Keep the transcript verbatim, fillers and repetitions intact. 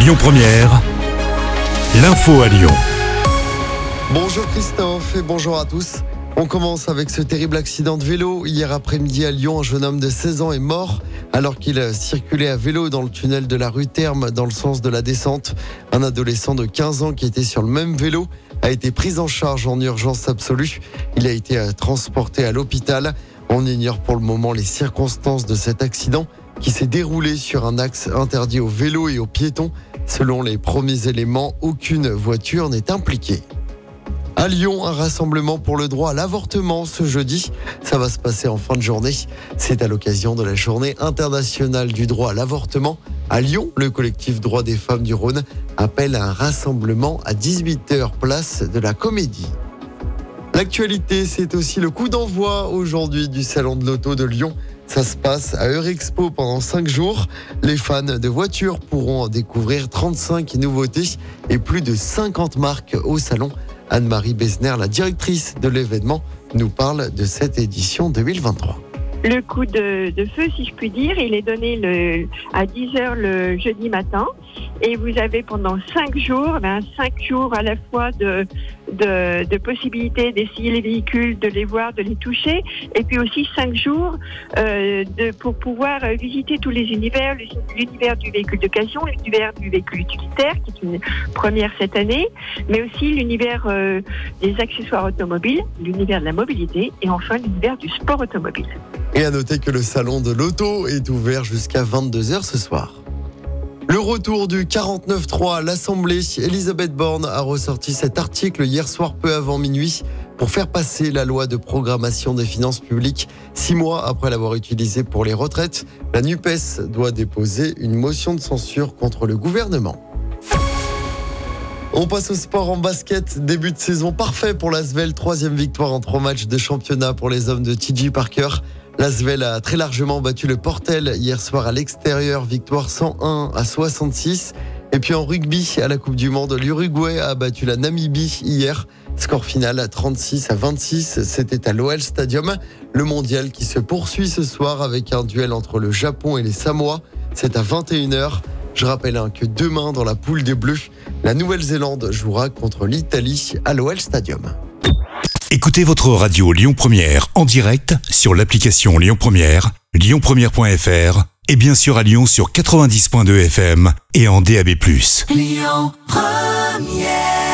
Lyon Première, l'info à Lyon. Bonjour Christophe et bonjour à tous. On commence avec ce terrible accident de vélo. Hier après-midi à Lyon, un jeune homme de seize ans est mort alors qu'il circulait à vélo dans le tunnel de la rue Terme dans le sens de la descente. Un adolescent de quinze ans qui était sur le même vélo a été pris en charge en urgence absolue. Il a été transporté à l'hôpital. On ignore pour le moment les circonstances de cet accident qui s'est déroulé sur un axe interdit aux vélos et aux piétons. Selon les premiers éléments, aucune voiture n'est impliquée. À Lyon, un rassemblement pour le droit à l'avortement ce jeudi. Ça va se passer en fin de journée. C'est à l'occasion de la journée internationale du droit à l'avortement. À Lyon, le collectif Droits des femmes du Rhône appelle à un rassemblement à dix-huit heures place de la Comédie. L'actualité, c'est aussi le coup d'envoi aujourd'hui du Salon de l'Auto de Lyon. Ça se passe à Eurexpo pendant cinq jours. Les fans de voitures pourront découvrir trente-cinq nouveautés et plus de cinquante marques au salon. Anne-Marie Besner, la directrice de l'événement, nous parle de cette édition deux mille vingt-trois. Le coup de, de feu, si je puis dire, il est donné le, à dix heures le jeudi matin. Et vous avez pendant cinq jours, ben, cinq jours à la fois de, de, de possibilités d'essayer les véhicules, de les voir, de les toucher. Et puis aussi cinq jours euh, de, pour pouvoir visiter tous les univers, l'univers du véhicule d'occasion, l'univers du véhicule utilitaire, qui est une première cette année, mais aussi l'univers euh, des accessoires automobiles, l'univers de la mobilité et enfin l'univers du sport automobile. Et à noter que le salon de l'auto est ouvert jusqu'à vingt-deux heures ce soir. Le retour du quarante-neuf trois à l'Assemblée, Elisabeth Borne a ressorti cet article hier soir peu avant minuit pour faire passer la loi de programmation des finances publiques. Six mois après l'avoir utilisée pour les retraites, la NUPES doit déposer une motion de censure contre le gouvernement. On passe au sport en basket. Début de saison parfait pour l'Asvel. Troisième victoire en trois matchs de championnat pour les hommes de T J Parker. L'Asvel a très largement battu le Portel hier soir à l'extérieur. Victoire cent un à soixante-six. Et puis en rugby, à la Coupe du Monde, l'Uruguay a battu la Namibie hier. Score final trente-six à vingt-six. C'était à l'O L Stadium. Le mondial qui se poursuit ce soir avec un duel entre le Japon et les Samoa. C'est à vingt et une heures. Je rappelle hein, que demain, dans la poule des Bleus, la Nouvelle-Zélande jouera contre l'Italie à l'O L Stadium. Écoutez votre radio Lyon Première en direct sur l'application Lyon Première, lyon première point f r et bien sûr à Lyon sur quatre-vingt-dix virgule deux F M et en D A B plus. Lyon Première.